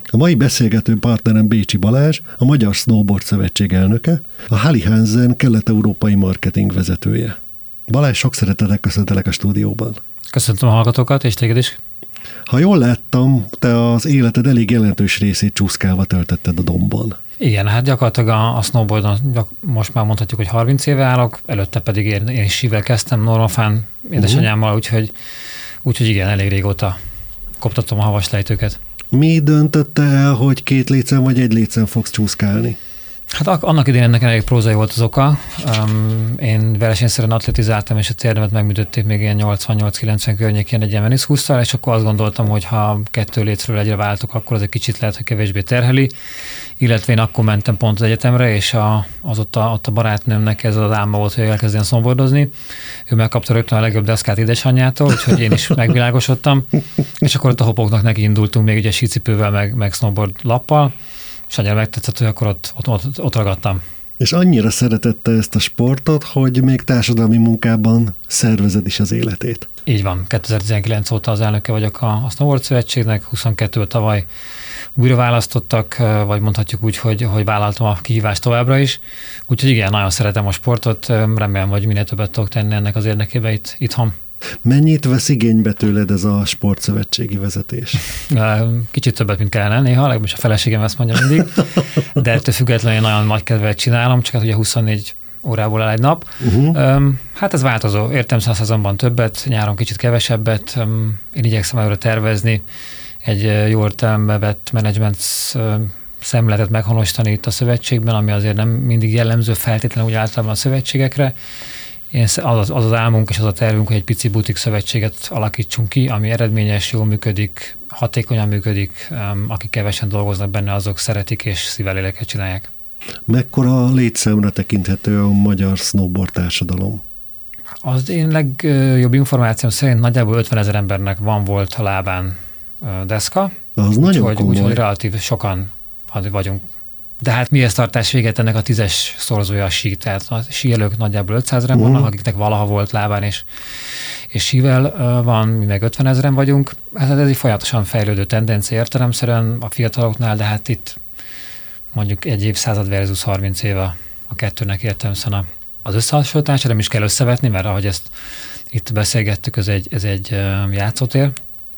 A mai beszélgető partnerem Bécsi Balázs, a Magyar Snowboard Szövetség elnöke, a Halli Hansen kelet-európai marketing vezetője. Balázs, sok szeretettel köszöntelek a stúdióban. Köszöntöm a hallgatókat, és téged is. Ha jól láttam, te az életed elég jelentős részét csúszkálva töltötted a dombon. Igen, hát gyakorlatilag a snowboardon most már mondhatjuk, hogy 30 éve állok, előtte pedig én is sível kezdtem, normafán édesanyámmal, úgyhogy igen, elég régóta koptatom a havas lejtőket. Mi döntötte el, hogy 2 lécen vagy 1 lécen fogsz csúszkálni? Hát annak idején ennek elég prózai volt az oka. Én versenyszerűen atletizáltam, és a térdemet megműtötték még ilyen 88-90 környékén egy ilyen meniszkusszal, és akkor azt gondoltam, hogy ha 2 lécről 1-re váltok, akkor az egy kicsit lehet, hogy kevésbé terheli. Illetve én akkor mentem pont az egyetemre, és ott a barátnőmnek ez az álma volt, hogy elkezdjen snowboardozni. Ő megkapta rögtön a legjobb deszkát édesanyjától, úgyhogy én is megvilágosodtam. És akkor ott a hopóknak neki indultunk még ugye sícipővel, meg snowboard lappal, és annyira megtetszett, hogy akkor ott ragadtam. És annyira szeretette ezt a sportot, hogy még társadalmi munkában szervezed is az életét. Így van. 2019 óta az elnöke vagyok a Snowboard Szövetségnek, 22 tavaly újra választottak, vagy mondhatjuk úgy, hogy vállaltam a kihívást továbbra is. Úgyhogy igen, nagyon szeretem a sportot, remélem, hogy minél többet tudok tenni ennek az érdekében itthon. Mennyit vesz igénybe tőled ez a sportszövetségi vezetés? Kicsit többet, mint kellene néha, legalábbis a feleségem ezt mondja mindig, de ettől függetlenül nagyon nagy kedvel csinálom, csak hát ugye 24 órából áll egy nap. Hát ez változó, értem szezonban többet, nyáron kicsit kevesebbet, én igyekszem előre tervezni, egy jó értelembe vett menedzsment szemléletet meghonosítani itt a szövetségben, ami azért nem mindig jellemző feltétlenül úgy általában a szövetségekre. Az álmunk és az a tervünk, hogy egy pici butik szövetséget alakítsunk ki, ami eredményes, jól működik, hatékonyan működik, akik kevesen dolgoznak benne, azok szeretik és szívvel lélekkel csinálják. Mekkora létszámra tekinthető a magyar snowboard társadalom? Az én legjobb információm szerint nagyjából 50 000 embernek volt a lábán deszka. Az nagyon komoly. Úgyhogy relatív sokan vagyunk. De hát mihez tartás véget ennek a 10-es szorzója a sí, tehát a síelők nagyjából 500-en vannak, akiknek valaha volt lábán és sível van, mi meg 50 000 vagyunk. Hát ez egy folyamatosan fejlődő tendencia értelemszerűen a fiataloknál, de hát itt mondjuk egy évszázad versus 30 éve a kettőnek értelemszerűen az összehasonlítása, nem is kell összevetni, mert ahogy ezt itt beszélgettük, ez egy játszótér,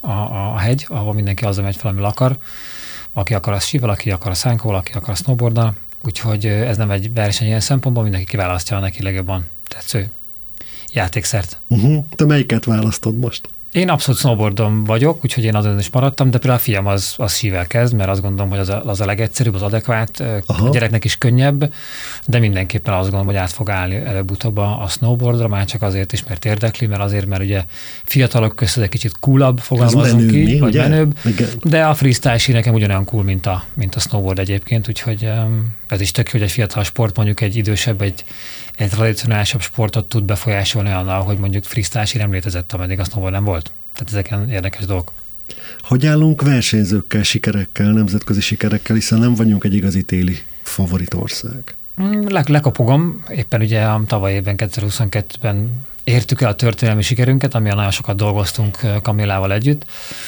a hegy, ahol mindenki azzal megy fel, ami akar. Aki akar, az sível, aki akar a szánkóval, aki akar a snowboarddal. Úgyhogy ez nem egy verseny ilyen szempontból, mindenki kiválasztja a neki legjobban tetsző játékszert. Te melyiket választod most? Én abszolút snowboardon vagyok, úgyhogy én azon is maradtam, de például a fiam az sível kezd, mert azt gondolom, hogy az a legegyszerűbb, az adekvát, a gyereknek is könnyebb, de mindenképpen azt gondolom, hogy át fog állni előbb-utóbb a snowboardra, már csak azért is, mert érdekli, mert ugye fiatalok között egy kicsit coolabb fogalmazunk ki, vagy menőbb, de a freestyle sí nekem ugyanolyan cool, mint a snowboard egyébként, úgyhogy ez is tök jó, hogy egy fiatal sport mondjuk egy idősebb, egy tradicionálisabb sportot tud befolyásolni annál, hogy mondjuk freestyle sí nem létezett, ameddig a snowboard nem volt. Tehát ezeken érdekes dolgok. Hogy állunk versenyzőkkel, sikerekkel, nemzetközi sikerekkel, hiszen nem vagyunk egy igazi téli favoritország? Lekopogom. Éppen ugye a tavaly évben, 2022-ben értük el a történelmi sikerünket, amivel nagyon sokat dolgoztunk Kamillával együtt,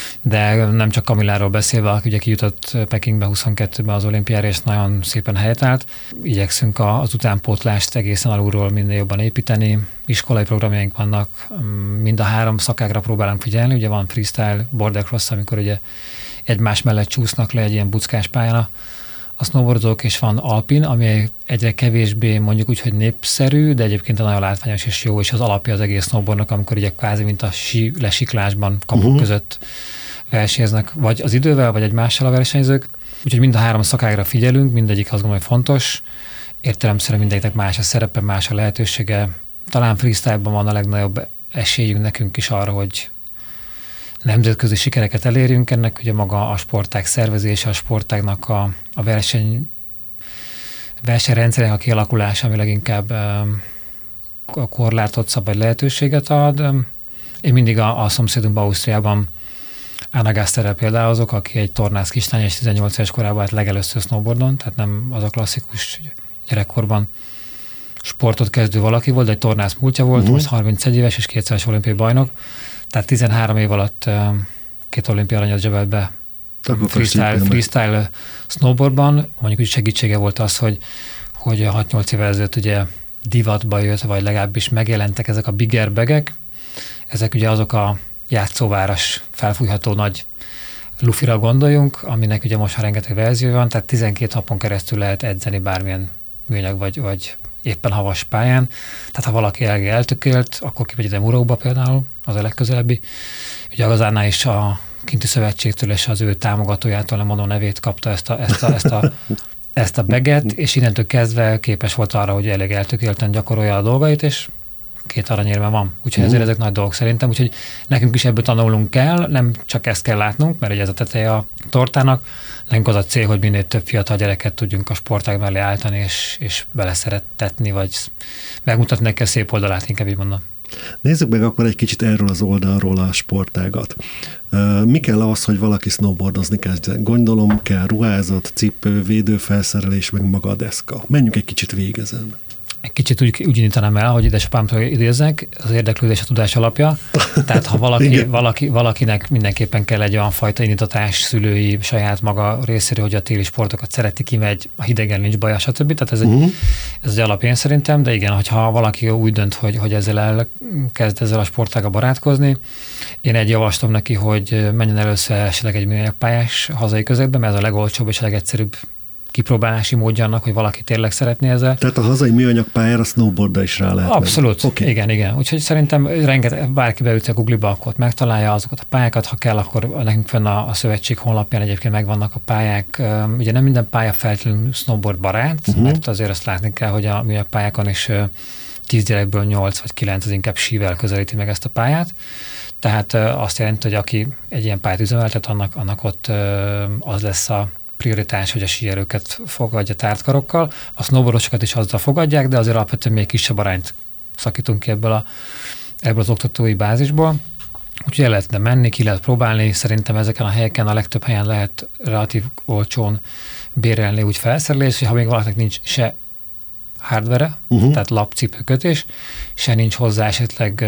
de nem csak Kamilláról beszélve, aki ugye kijutott Pekingbe 22-ben az olimpiára, és nagyon szépen helyet állt. Igyekszünk az utánpótlást egészen alulról minél jobban építeni. Iskolai programjaink vannak, mind a 3 szakágra próbálunk figyelni. Ugye van freestyle, border cross, amikor ugye egymás mellett csúsznak le egy ilyen buckás pályán a snowboardozók, és van alpin, ami egyre kevésbé mondjuk úgy, hogy népszerű, de egyébként nagyon látványos és jó, és az alapja az egész snowboardnak, amikor ugye kvázi, mint a lesiklásban kapuk között versenyeznek, vagy az idővel, vagy egymással a versenyzők. Úgyhogy mind a 3 szakágra figyelünk, mindegyik azt gondolom, hogy fontos. Értelemszerűen mindegyiknek más a szerepe, más a lehetősége. Talán freestyle-ban van a legnagyobb esélyünk nekünk is arra, hogy nemzetközi sikereket elérjünk. Ennek ugye maga a sportág szervezése, a sportágnak a versenyrendszerek a kialakulása, ami leginkább a korlátot szab, vagy lehetőséget ad. Én mindig a szomszédunkban, Ausztriában Anna Gasterrel például azok, aki egy tornász kislány, és 18 éves korában állt legelőször snowboardon, tehát nem az a klasszikus gyerekkorban sportot kezdő valaki volt, de egy tornász múltja volt, most 31 éves és 2-szeres olimpiai bajnok, tehát 13 év alatt 2 olimpiai aranyat zsebelt be freestyle snowboardban. Mondjuk úgy segítsége volt az, hogy 6-8 évvel ezelőtt ugye divatba jött, vagy legalábbis megjelentek ezek a bigger bagek. Ezek ugye azok a játszóváros felfújható nagy lufira gondoljunk, aminek ugye most már rengeteg verzió van, tehát 12 napon keresztül lehet edzeni bármilyen műanyag vagy éppen havas pályán. Tehát ha valaki eltökélt, akkor kimegy ide Muróba például, az a legközelebbi. Ugye a Gazánál is a kinti szövetségtől és az ő támogatójától, nem mondom nevét, kapta ezt a baget, és innentől kezdve képes volt arra, hogy elég eltökélten gyakorolja a dolgait, és 2 aranyérme van. Úgyhogy ezért ezek nagy dolgok szerintem, úgyhogy nekünk is ebből tanulnunk kell, nem csak ezt kell látnunk, mert ugye ez a teteje a tortának, nekünk az a cél, hogy minél több fiatal gyereket tudjunk a sportág mellé állítani, és beleszerettetni, vagy megmutatni neki a szép oldalát, inkább így mondom. Nézzük meg akkor egy kicsit erről az oldalról a sportágat. Mi kell ahhoz, hogy valaki snowboardozni kezdjen? Gondolom kell ruházat, cipő, védőfelszerelés, meg maga a deszka. Menjünk egy kicsit végezen. Egy kicsit úgy indítanám el, hogy édesapámtól idézek, az érdeklődés a tudás alapja. Tehát ha valakinek mindenképpen kell egy olyan fajta indítatás szülői saját maga részéről, hogy a téli sportokat szereti, kimegy, a hidegen nincs baja, stb. Tehát ez egy alapjén szerintem, de igen, hogyha valaki úgy dönt, hogy elkezd ezzel a sportággal barátkozni, én egy javaslom neki, hogy menjen először esetleg egy műanyagpályás hazai közegbe, mert ez a legolcsóbb és a legegyszerűbb kipróbálási módja annak, hogy valaki tényleg szeretné ezzel. Tehát a hazai műanyagpályára snowboardra is rá lehet. Abszolút, okay. Igen. Úgyhogy szerintem bárki beüti a Google-ba, akkor megtalálja azokat a pályákat, ha kell, akkor nekünk fenn a szövetség honlapján egyébként megvannak a pályák. Ugye nem minden pálya feltétlenül snowboard barát, mert azért azt látni kell, hogy a műanyagpályákon is 10 gyerekből 8 vagy 9 az inkább sível közelíti meg ezt a pályát. Tehát azt jelenti, hogy aki egy ilyen pályát üzemeltet, annak ott az lesz a prioritás, hogy a síelőket fogadja tártkarokkal. A snowboardosokat is azzal fogadják, de azért alapvetően még kisebb arányt szakítunk ki ebből az oktatói bázisból. Úgyhogy el lehetne menni, ki lehet próbálni. Szerintem ezeken a helyeken, a legtöbb helyen lehet relatív olcsón bérelni úgy felszerelés, hogy ha még valakinek nincs se hardware, tehát lapcipőkötés, se nincs hozzá esetleg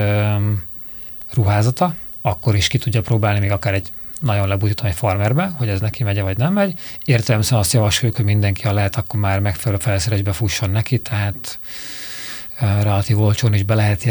ruházata, akkor is ki tudja próbálni még akár egy nagyon lebújtatom egy farmerbe, hogy ez neki megye vagy nem megy. Értelemszerűen azt javasoljuk, hogy mindenki, ha lehet, akkor már megfelelő felszerelésbe fusson neki, tehát relatív olcsón is be lehet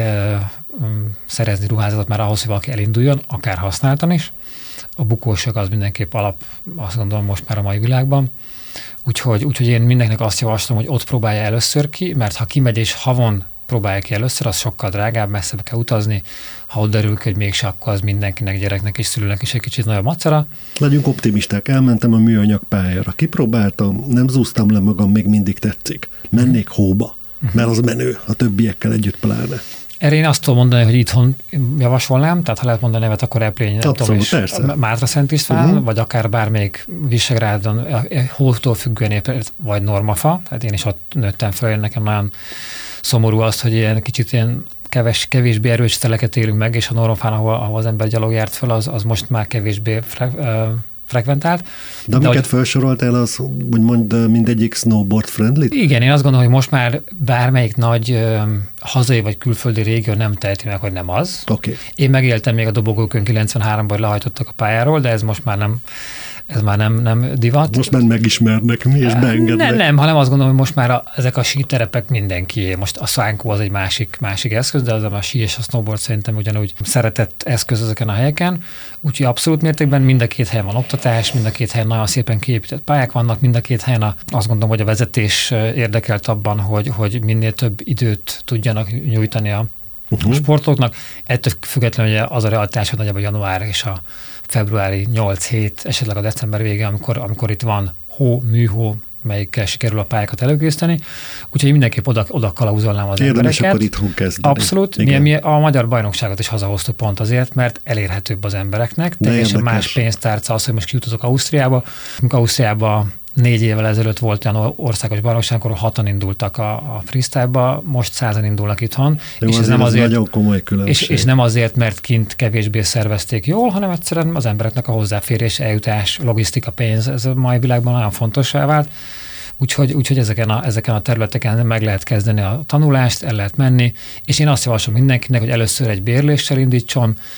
szerezni ruházatot már ahhoz, hogy valaki elinduljon, akár használtan is. A bukósok az mindenképp alap, azt gondolom most már a mai világban. Úgyhogy én mindenkinek azt javaslom, hogy ott próbálja először ki, mert ha kimegy és havon próbálja ki először, az sokkal drágább, messzebb kell utazni. Ha ott derül, hogy mégse, akkor az mindenkinek, gyereknek és szülőnek is egy kicsit nagyobb macera. Legyünk optimisták, elmentem a műanyag pályára, kipróbáltam, nem zúztam le magam, még mindig tetszik. Mennék hóba, mert az menő, a többiekkel együtt pláne. Erre én azt tudom mondani, hogy itthon javasolnám, tehát ha lehet mondani nevet, akkor Eprény, Mátra Szent István, vagy akár bármelyik Visegrádon, hótól függően vagy Normafa, tehát én is ott nőttem fel, nekem nagyon szomorú az, hogy ilyen kicsit ilyen kevésbé erős teleket élünk meg, és a Normafán, ahol az ember gyalog járt fel, az most már kevésbé frekventált. De amiket felsoroltál, az úgymond mindegyik snowboard friendly? Igen, én azt gondolom, hogy most már bármelyik nagy hazai vagy külföldi régió nem teheti meg, hogy nem az. Okay. Én megéltem még a dobogókön 93-ban, hogy lehajtottak a pályáról, de ez most már nem divat. Most már megismernek mi, és beengednek. Nem, hanem azt gondolom, hogy most már ezek a síterepek mindenkié. Most a szánkó az egy másik eszköz, de az a sí és a snowboard szerintem ugyanúgy szeretett eszköz ezeken a helyeken. Úgyhogy abszolút mértékben mind a két helyen van oktatás, mind a két helyen nagyon szépen kiépített pályák vannak, mind a két helyen azt gondolom, hogy a vezetés érdekelt abban, hogy minél több időt tudjanak nyújtani a sportolóknak. Ettől függetlenül ugye az a realitás, hogy nagyjából január és a februári 8-7, esetleg a december vége, amikor itt van műhó, melyikkel sikerül a pályákat előkészíteni. Úgyhogy mindenképp oda kalauzolnám az embereket. Érdemes akkor itthon kezdeni. Abszolút. Mi a magyar bajnokságot is hazahoztuk pont azért, mert elérhetőbb az embereknek. Teljesen más pénztárca az, hogy most kiutazok Ausztriába. Ausztriába 4 évvel ezelőtt volt olyan országos bajnokság, akkor 6-an indultak a freestyle-ba, most 100-an indulnak itthon. Jó, és ez nem azért, nagyon komoly különbség. És nem azért, mert kint kevésbé szervezték jól, hanem egyszerűen az embereknek a hozzáférés, eljutás, logisztika, pénz, ez a mai világban nagyon fontossá vált. Úgyhogy ezeken a területeken meg lehet kezdeni a tanulást, el lehet menni, és én azt javaslom mindenkinek, hogy először egy bérléssel indítson,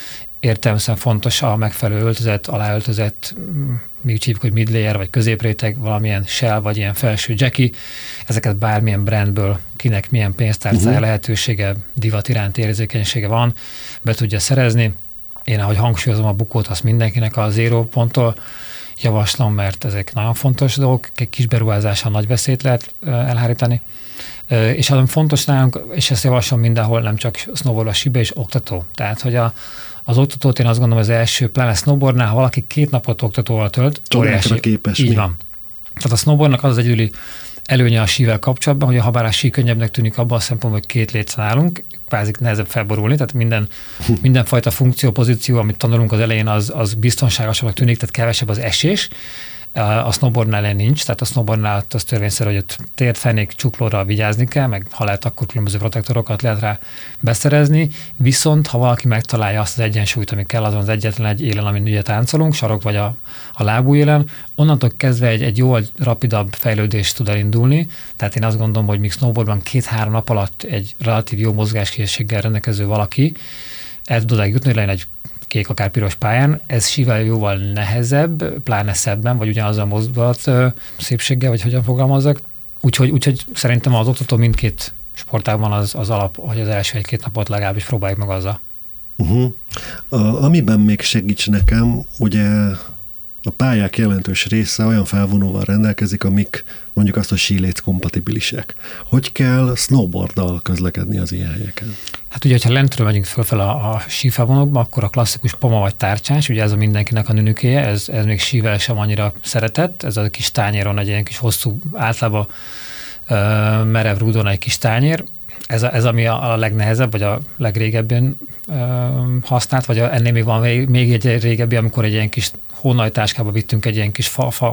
értelemszerűen fontos a megfelelő öltözet, aláöltözet, mi úgy hívjuk, hogy mid-layer, vagy középréteg, valamilyen shell, vagy ilyen felső jackie. Ezeket bármilyen brandből, kinek milyen pénztárcája, lehetősége, divat iránti érzékenysége van, be tudja szerezni. Én, ahogy hangsúlyozom a bukót, azt mindenkinek a zero ponttól javaslom, mert ezek nagyon fontos dolgok, egy kis beruházással nagy veszélyt lehet elhárítani. És az fontos nálunk, és ezt javaslom mindenhol, nem csak snowboard, a síbe is oktató. Tehát, hogy az oktatót én azt gondolom, az első, pláne snowboardnál, ha valaki 2 napot oktatóval tölt, óriási. Képes. Így van. Tehát a snowboardnak az egyedüli előnye a sível kapcsolatban, hogy ha bár a sí könnyebbnek tűnik abban a szempontból, hogy 2 létszán állunk, kvázi nehezebb felborulni, tehát mindenfajta funkció, pozíció, amit tanulunk az elején, az biztonságosabbnak tűnik, tehát kevesebb az esés. A snowboardnál nincs, tehát a snowboardnál az törvényszerű, hogy ott térfenék, csuklóra vigyázni kell, meg ha lehet, akkor különböző protektorokat lehet rá beszerezni, viszont ha valaki megtalálja azt az egyensúlyt, ami kell azon az egyetlen egy élen, amin ugye táncolunk, sarok vagy a lábú élen, onnantól kezdve egy jóval rapidabb fejlődés tud elindulni, tehát én azt gondolom, hogy míg snowboardban 2-3 nap alatt egy relatív jó mozgáskészséggel rendelkező valaki el tud odáig jutni, hogy legyen egy kék, akár piros pályán, ez sível jóval nehezebb, pláne szebben, vagy ugyanaz a mozdulat szépséggel, vagy hogyan fogalmazzak. Úgyhogy szerintem az oktató mindkét sportágban az alap, hogy az első 1-2 napot legalábbis próbáljuk meg azzal. Amiben még segíts nekem, ugye a pályák jelentős része olyan felvonóval rendelkezik, amik mondjuk azt, hogy síléc kompatibilisek. Hogy kell snowboarddal közlekedni az ilyen helyeken? Hát ugye, ha lentről megyünk fölfel a sífelvonókba, akkor a klasszikus poma vagy tárcsás, ugye ez a mindenkinek a nünükéje, ez még sível sem annyira szeretett, ez a kis tányéron egy ilyen kis hosszú, általában merev rúdon egy kis tányér, ez ami a legnehezebb, vagy a legrégebben használt, vagy ennél még van még egy régebbi, amikor egy ilyen kis hónajtáskába vittünk egy ilyen kis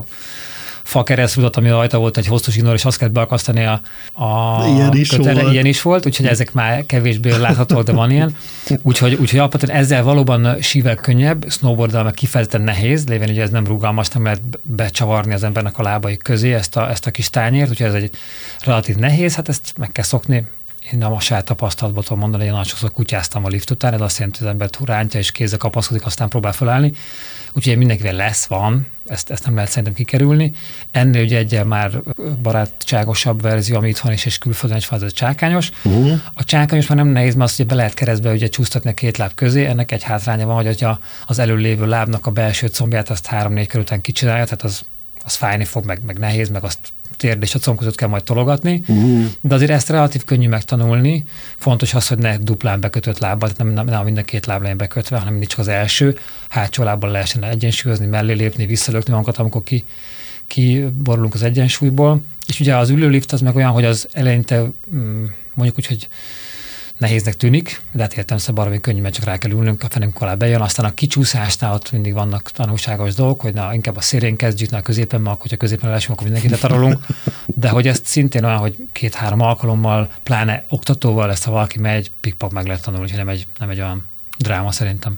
fa keresztrúdot, ami rajta volt egy hosszú zsinór, és azt kellett beakasztani a kötelre. Ilyen is volt, úgyhogy ezek már kevésbé láthatók, de van ilyen. Úgyhogy alapvetően ezzel valóban sível könnyebb, snowboarddal meg kifejezetten nehéz, lévén ugye ez nem rugalmas, nem lehet becsavarni az embernek a lábai közé ezt a kis tányért, úgyhogy ez egy relatív nehéz, hát ezt meg kell szokni. Én a saját tapasztalatból tudom mondani, hogy én nagyon sokszor kutyáztam a lift után, ez azt jelenti, hogy az ember rántja és kézzel kapaszkodik, aztán próbál felállni. Úgyhogy mindenkivel van, ezt nem lehet szerintem kikerülni. Ennél ugye egy már barátságosabb verzió, ami itt van és külföldön egyfajta csákányos. A csákányos már nem nehéz, mert azt ugye be lehet keresztbe ugye csúsztatni a 2 láb közé. Ennek egy hátránya van, hogy az előlévő lábnak a belső combját azt 3-4 kör után kicsinálja, tehát az fájni fog, meg nehéz, meg azt térd és a comb között kell majd tologatni, de azért ezt relatív könnyű megtanulni. Fontos az, hogy ne duplán bekötött lábbal, tehát nem minden 2 láb legyen bekötve, hanem mindig csak az első, hátsó lábbal lehessen egyensúlyozni, mellé lépni, visszalökni magunkat, amikor kiborulunk az egyensúlyból. És ugye az ülőlift az meg olyan, hogy az eleinte mondjuk úgy, hogy nehéznek tűnik, de hát értelemszerűen baromi könnyű, mert csak rá kell ülnünk, a fenünk alá bejön, aztán a kicsúszásnál ott mindig vannak tanulságos dolgok, hogy inkább a szélén kezdjük, a középen, mert hogyha középen lesünk, akkor mindenkit letarolunk, de hogy ezt szintén olyan, hogy 2-3 alkalommal, pláne oktatóval ezt, ha valaki megy, pikpak meg lehet tanulni, úgyhogy nem egy olyan dráma szerintem.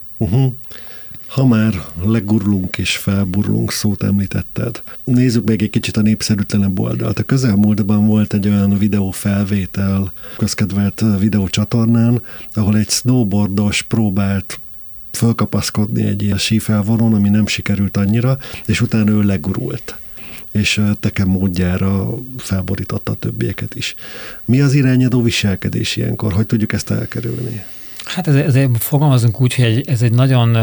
Ha már legurlunk és felburlunk, szót említetted. Nézzük meg egy kicsit a népszerűtlenebb oldalt. A közelmúltban volt egy olyan videófelvétel közkedvelt videócsatornán, ahol egy snowboardos próbált fölkapaszkodni egy ilyen sífelvonon, ami nem sikerült annyira, és utána ő legurult. És teke módjára felborította a többieket is. Mi az irányadó viselkedés ilyenkor? Hogy tudjuk ezt elkerülni? Hát ez fogalmazunk úgy, hogy ez egy nagyon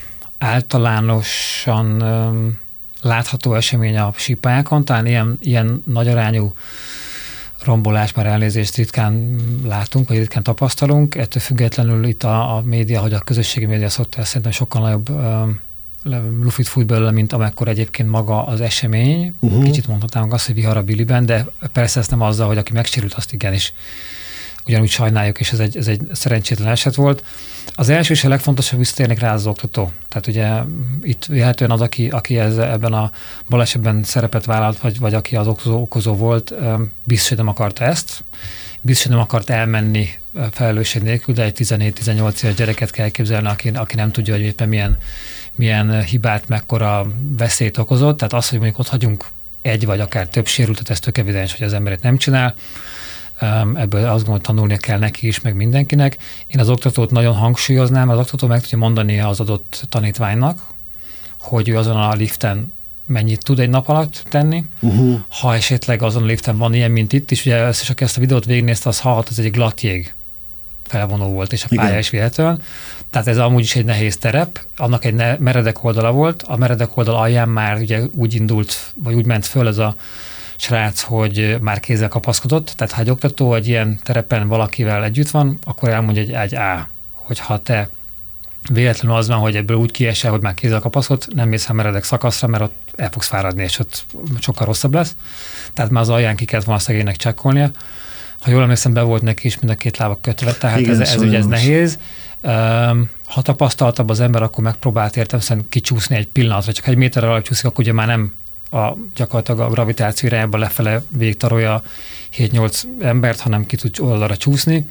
általánosan látható esemény a sípályákon, talán ilyen nagyarányú rombolás, már elnézést ritkán látunk, vagy ritkán tapasztalunk. Ettől függetlenül itt a média, hogy a közösségi média szokta szerintem sokkal nagyobb lufit fújt belőle, mint amekkor egyébként maga az esemény. Kicsit mondhatnánk azt, hogy vihar a biliben, de persze ezt nem azzal, hogy aki megsérült, azt igenis ugyanúgy sajnáljuk, és ez egy szerencsétlen eset volt. Az első és a legfontosabb, visszatérnek rá az oktató. Tehát ugye itt lehetően az, aki ebben a balesetben szerepet vállalt, vagy aki az okozó volt, biztos, hogy nem akarta ezt. Biztos, hogy nem akart elmenni felelősség nélkül, de egy 17-18 éves gyereket kell elképzelni, aki nem tudja, hogy éppen milyen hibát, mekkora veszélyt okozott. Tehát az, hogy mondjuk ott hagyunk egy vagy akár több sérültet, ez tök evidens, hogy az emberet nem csinál. ebből azt gondolom, hogy tanulnia kell neki is, meg mindenkinek. Én az oktatót nagyon hangsúlyoznám, az oktató meg tudja mondani az adott tanítványnak, hogy ő azon a liften mennyit tud egy nap alatt tenni. Ha esetleg azon a liften van ilyen, mint itt is, ugye aki ezt a videót végignézte, az hallhat, ez egy glatt jég felvonó volt, és a pálya is véletlen. Tehát ez amúgy is egy nehéz terep, annak egy meredek oldala volt, a meredek oldal alján már ugye úgy indult, vagy úgy ment föl ez a srác, hogy már kézzel kapaszkodott, tehát ha egy oktató egy ilyen terepen valakivel együtt van, akkor elmondja egy A, hogyha te véletlenül az van, hogy ebből úgy kiesel, hogy már kézzel kapaszkodsz, nem mész el meredek szakaszra, mert ott el fogsz fáradni, és ott sokkal rosszabb lesz. Tehát már az alján ki kellett volna a szegénynek csekkolnia. Ha jól emlékszem, be volt neki is mind a két lábak kötve, tehát igen, ez nehéz. Ha tapasztaltabb az ember, akkor megpróbált értelemszerűen kicsúszni egy pillanatra, csak egy méterrel alatt csúszik, akkor ugye már nem gyakorlatilag a gravitáció irányába lefele végigtarolja 7-8 embert, hanem ki tud oldalra csúszni,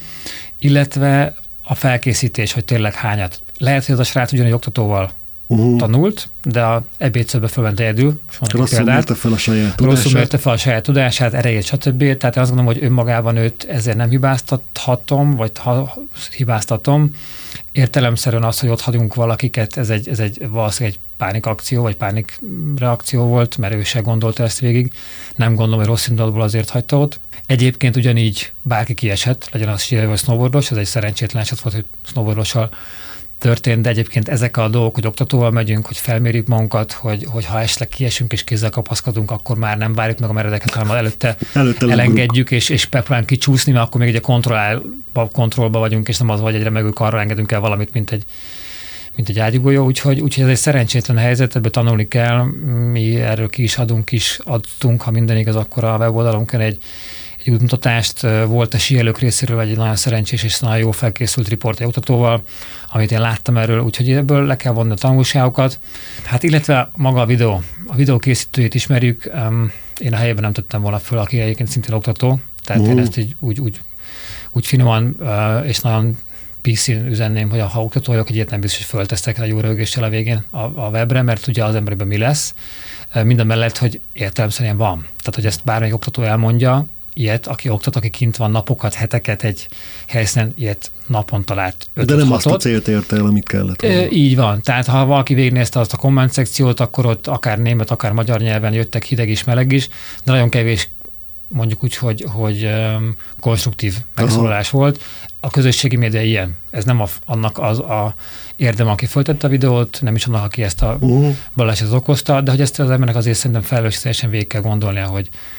illetve a felkészítés, hogy tényleg hányat. Lehet, hogy az a srác ugyanúgy oktatóval tanult, de a ebédszőbe fölment egyedül. Rosszul mérte fel a saját tudását. Rosszul mérte fel a saját tudását, erejét, stb. Tehát én azt gondolom, hogy önmagában őt ezért nem hibáztathatom, vagy hibáztatom. Értelemszerűen az, hogy ott hagyunk valakiket, ez egy valószínűleg egy pánikakció, vagy pánikreakció volt, mert ő se gondolta ezt végig. Nem gondolom, hogy rossz indulatból azért hagyta ott. Egyébként ugyanígy bárki kiesett, legyen az síelő vagy snowboardos, ez egy szerencsétlen eset volt, hogy snowboardossal történt, de egyébként ezek a dolgok, hogy oktatóval megyünk, hogy felmérjük magunkat, hogy ha esetleg kiesünk és kézzel kapaszkodunk, akkor már nem várjuk meg a meredeket, hanem előtte elengedjük, és próbálunk kicsúszni, mert akkor még egy kontrollba vagyunk, és nem az, hogy egyre megünk arra engedünk el valamit, mint egy ágyugójó, úgyhogy ez egy szerencsétlen helyzet, ebből tanulni kell, mi erről ki is adtunk, ha minden igaz, akkor a weboldalunkon egy útmutatást, volt a síelők részéről egy nagyon szerencsés és nagyon jó felkészült riport egy oktatóval, amit én láttam erről, úgyhogy ebből le kell vonni a tanulságokat. Hát illetve maga a videó készítőjét ismerjük, én a helyében nem tettem volna föl, aki egyébként szintén oktató, tehát én ezt így úgy finoman és nagyon PC-n üzenném, hogy ha oktató vagyok, egy ilyet nem biztos, hogy föltesztek egy jó rögéssel a végén a webre, mert ugye az emberben mi lesz, minden mellett, hogy értelemszerűen van. Tehát, hogy ezt bármelyik oktató elmondja, ilyet, aki oktat, aki kint van napokat, heteket egy helyszínen, ilyet naponta lát 5-6-ot. De nem azt a célt érte el, amit kellett. Így van. Tehát ha valaki végignézte azt a komment szekciót, akkor ott akár német, akár magyar nyelven jöttek hideg is, meleg is, de nagyon kevés, mondjuk úgy, hogy konstruktív megszólalás volt. A közösségi média ilyen. Ez nem annak az a érdem, aki föltette a videót, nem is annak, aki ezt a balesetet okozta, de hogy ezt az embernek azért szerintem felelősségesen végig kell gondolnia,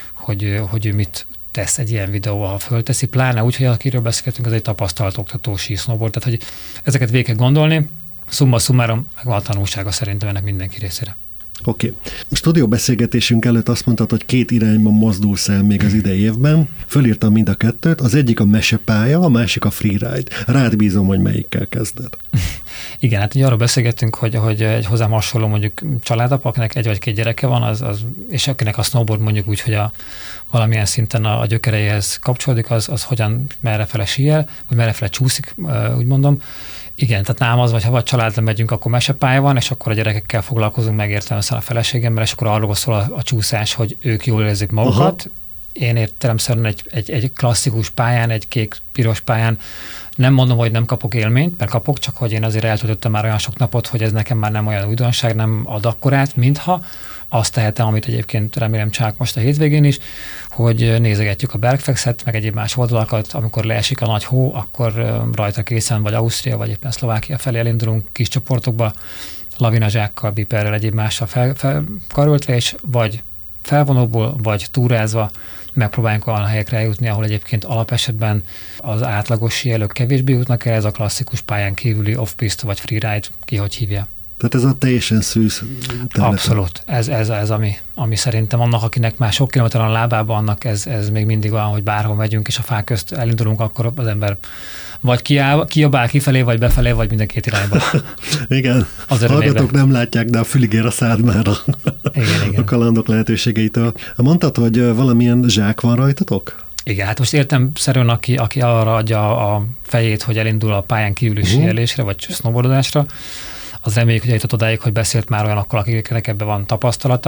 hogy ő mit tesz egy ilyen videóval, ha fölteszi, pláne úgy, hogy akiről beszélgetünk, az egy tapasztalt oktató snowboard, tehát hogy ezeket végig kell gondolni, summa summarum megvan a tanulsága szerintem ennek mindenki részére. Oké. A stúdióbeszélgetésünk előtt azt mondtad, hogy 2 irányban mozdulsz el még az idei évben. Fölírtam mind a 2-t, az egyik a mesepálya, a másik a freeride. Rád bízom, hogy melyikkel kezded. Igen, hát így arról beszélgettünk, hogy egy hozzám hasonló mondjuk családapa, akinek 1 vagy 2 gyereke van, és akinek a snowboard mondjuk úgy, hogy valamilyen szinten a gyökereihez kapcsolódik, az hogyan merrefele síel, vagy merrefele csúszik, úgy mondom. Igen, tehát nálam az, vagy ha vagy családra megyünk, akkor mesepálya van, és akkor a gyerekekkel foglalkozunk, megértelemszerűen a feleségemmel, és akkor arról szól a csúszás, hogy ők jól érzik magukat. Aha. Én értelemszerűen egy klasszikus pályán, egy kék-piros pályán nem mondom, hogy nem kapok élményt, mert kapok, csak hogy én azért eltöltöttem már olyan sok napot, hogy ez nekem már nem olyan újdonság, nem ad akkorát, mintha azt tehetem, amit egyébként remélem csinálok most a hétvégén is, hogy nézegetjük a Bergfexet, meg egyéb más oldalakat, amikor leesik a nagy hó, akkor rajta készen vagy Ausztria, vagy éppen Szlovákia felé elindulunk kis csoportokba, lavinazsákkal, biperrel, egyéb mással felkaroltva, és vagy felvonóból, vagy túrázva megpróbáljunk olyan helyekre eljutni, ahol egyébként alapesetben az átlagos síelők kevésbé jutnak el, ez a klasszikus pályán kívüli off-piste vagy freeride, ki hogy hívja. Tehát ez a teljesen szűz terület. Abszolút. Ez ami szerintem annak, akinek már sok kilométeren a lábában, annak ez még mindig olyan, hogy bárhol megyünk, és a fák közt elindulunk, akkor az ember vagy kiabál kifelé, vagy befelé, vagy mind a 2 irányba. Igen. Hallgatók nem látják, de a fülig ér a szád már igen. A kalandok lehetőségeitől. Mondtad, hogy valamilyen zsák van rajtatok? Igen, hát most értelemszerűen, aki arra adja a fejét, hogy elindul a pályán kívüli síelésre, vagy snowboardozásra, az reméljük, hogy eljutott odáig, hogy beszélt már olyanokkal, akiknek ebben van tapasztalata.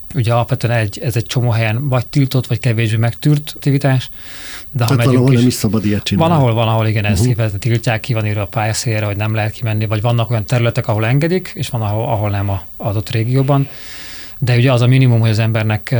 Ugye alapvetően ez egy csomó helyen vagy tiltott, vagy kevésbé megtűrt aktivitás. De ha megyünk valahol nem is szabad ilyet csinálni. Van, ahol igen, ezt kifejezetten tiltják, ki van írva a pályaszélre, hogy nem lehet kimenni, vagy vannak olyan területek, ahol engedik, és van, ahol nem az adott régióban. De ugye az a minimum, hogy az embernek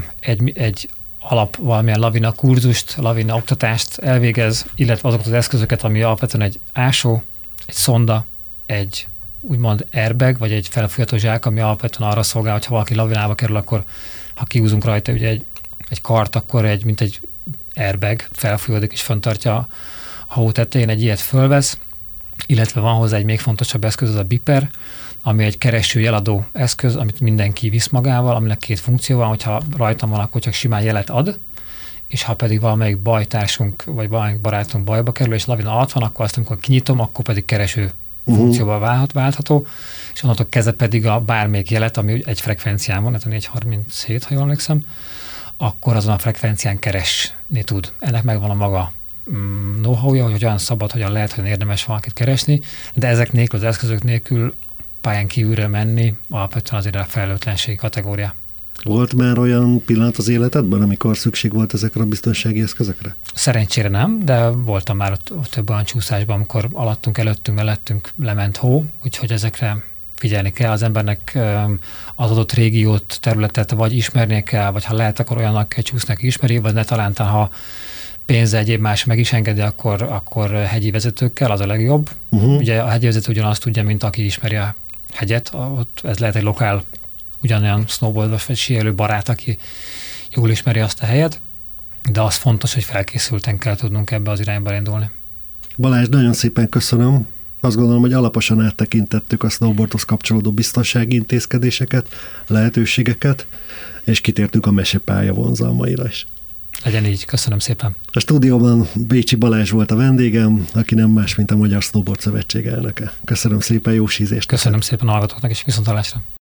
egy alap valamilyen lavina kurzust, lavina oktatást elvégez, illetve azokat az eszközöket, ami alapvetően egy ásó, egy szonda, egy úgymond airbag, vagy egy felfújható zsák, ami alapvetően arra szolgál, hogy ha valaki lavinába kerül, akkor ha kihúzunk rajta ugye egy kart, akkor mint egy airbag felfújódik és fenntartja a hó tetején, egy ilyet fölvesz, illetve van hozzá egy még fontosabb eszköz, az a biper, ami egy kereső jeladó eszköz, amit mindenki visz magával, aminek 2 funkció van, hogyha rajtam van, akkor csak simán jelet ad, és ha pedig valamelyik bajtársunk, vagy valamelyik barátunk bajba kerül, és lavina alatt van, akkor azt, amikor kinyitom, akkor pedig kereső funkcióba váltható, és onnantól kezdve pedig a bármelyik jelet, ami egy frekvencián van, ez a 437, ha jól emlékszem, akkor azon a frekvencián keresni tud. Ennek megvan a maga know-how-ja, hogy hogyan szabad, hogyan lehet, hogyan érdemes valakit keresni, de ezek nélkül, az eszközök nélkül pályán kívülre menni, alapvetően azért a felelőtlenségi kategória. Volt már olyan pillanat az életedben, amikor szükség volt ezekre a biztonsági eszközökre? Szerencsére nem, de voltam már több olyan csúszásban, amikor alattunk, előttünk, mellettünk lement hó, úgyhogy ezekre figyelni kell. Az embernek az adott régiót, területet vagy ismernie kell, vagy ha lehet, akkor olyannak kell csúszni, aki ismeri, vagy ne talán, ha pénze egyéb más meg is engedi, akkor hegyi vezetőkkel, az a legjobb. Ugye a hegyi vezető ugyanazt tudja, mint aki ismeri a hegyet, ott ez lehet egy lokál, ugyanolyan snowboardos vagy síelő barát, aki jól ismeri azt a helyet, de az fontos, hogy felkészülten kell tudnunk ebbe az irányba indulni. Balázs, nagyon szépen köszönöm. Azt gondolom, hogy alaposan áttekintettük a snowboardhoz kapcsolódó biztonsági intézkedéseket, lehetőségeket, és kitértünk a mesepálya vonzalmaira is. Legyen így, köszönöm szépen. A stúdióban Bécsi Balázs volt a vendégem, aki nem más, mint a Magyar Snowboard Szövetség elnöke. Köszönöm szépen, jó sízést! Köszönöm szépen a hallgatóknak, és viszontlátásra!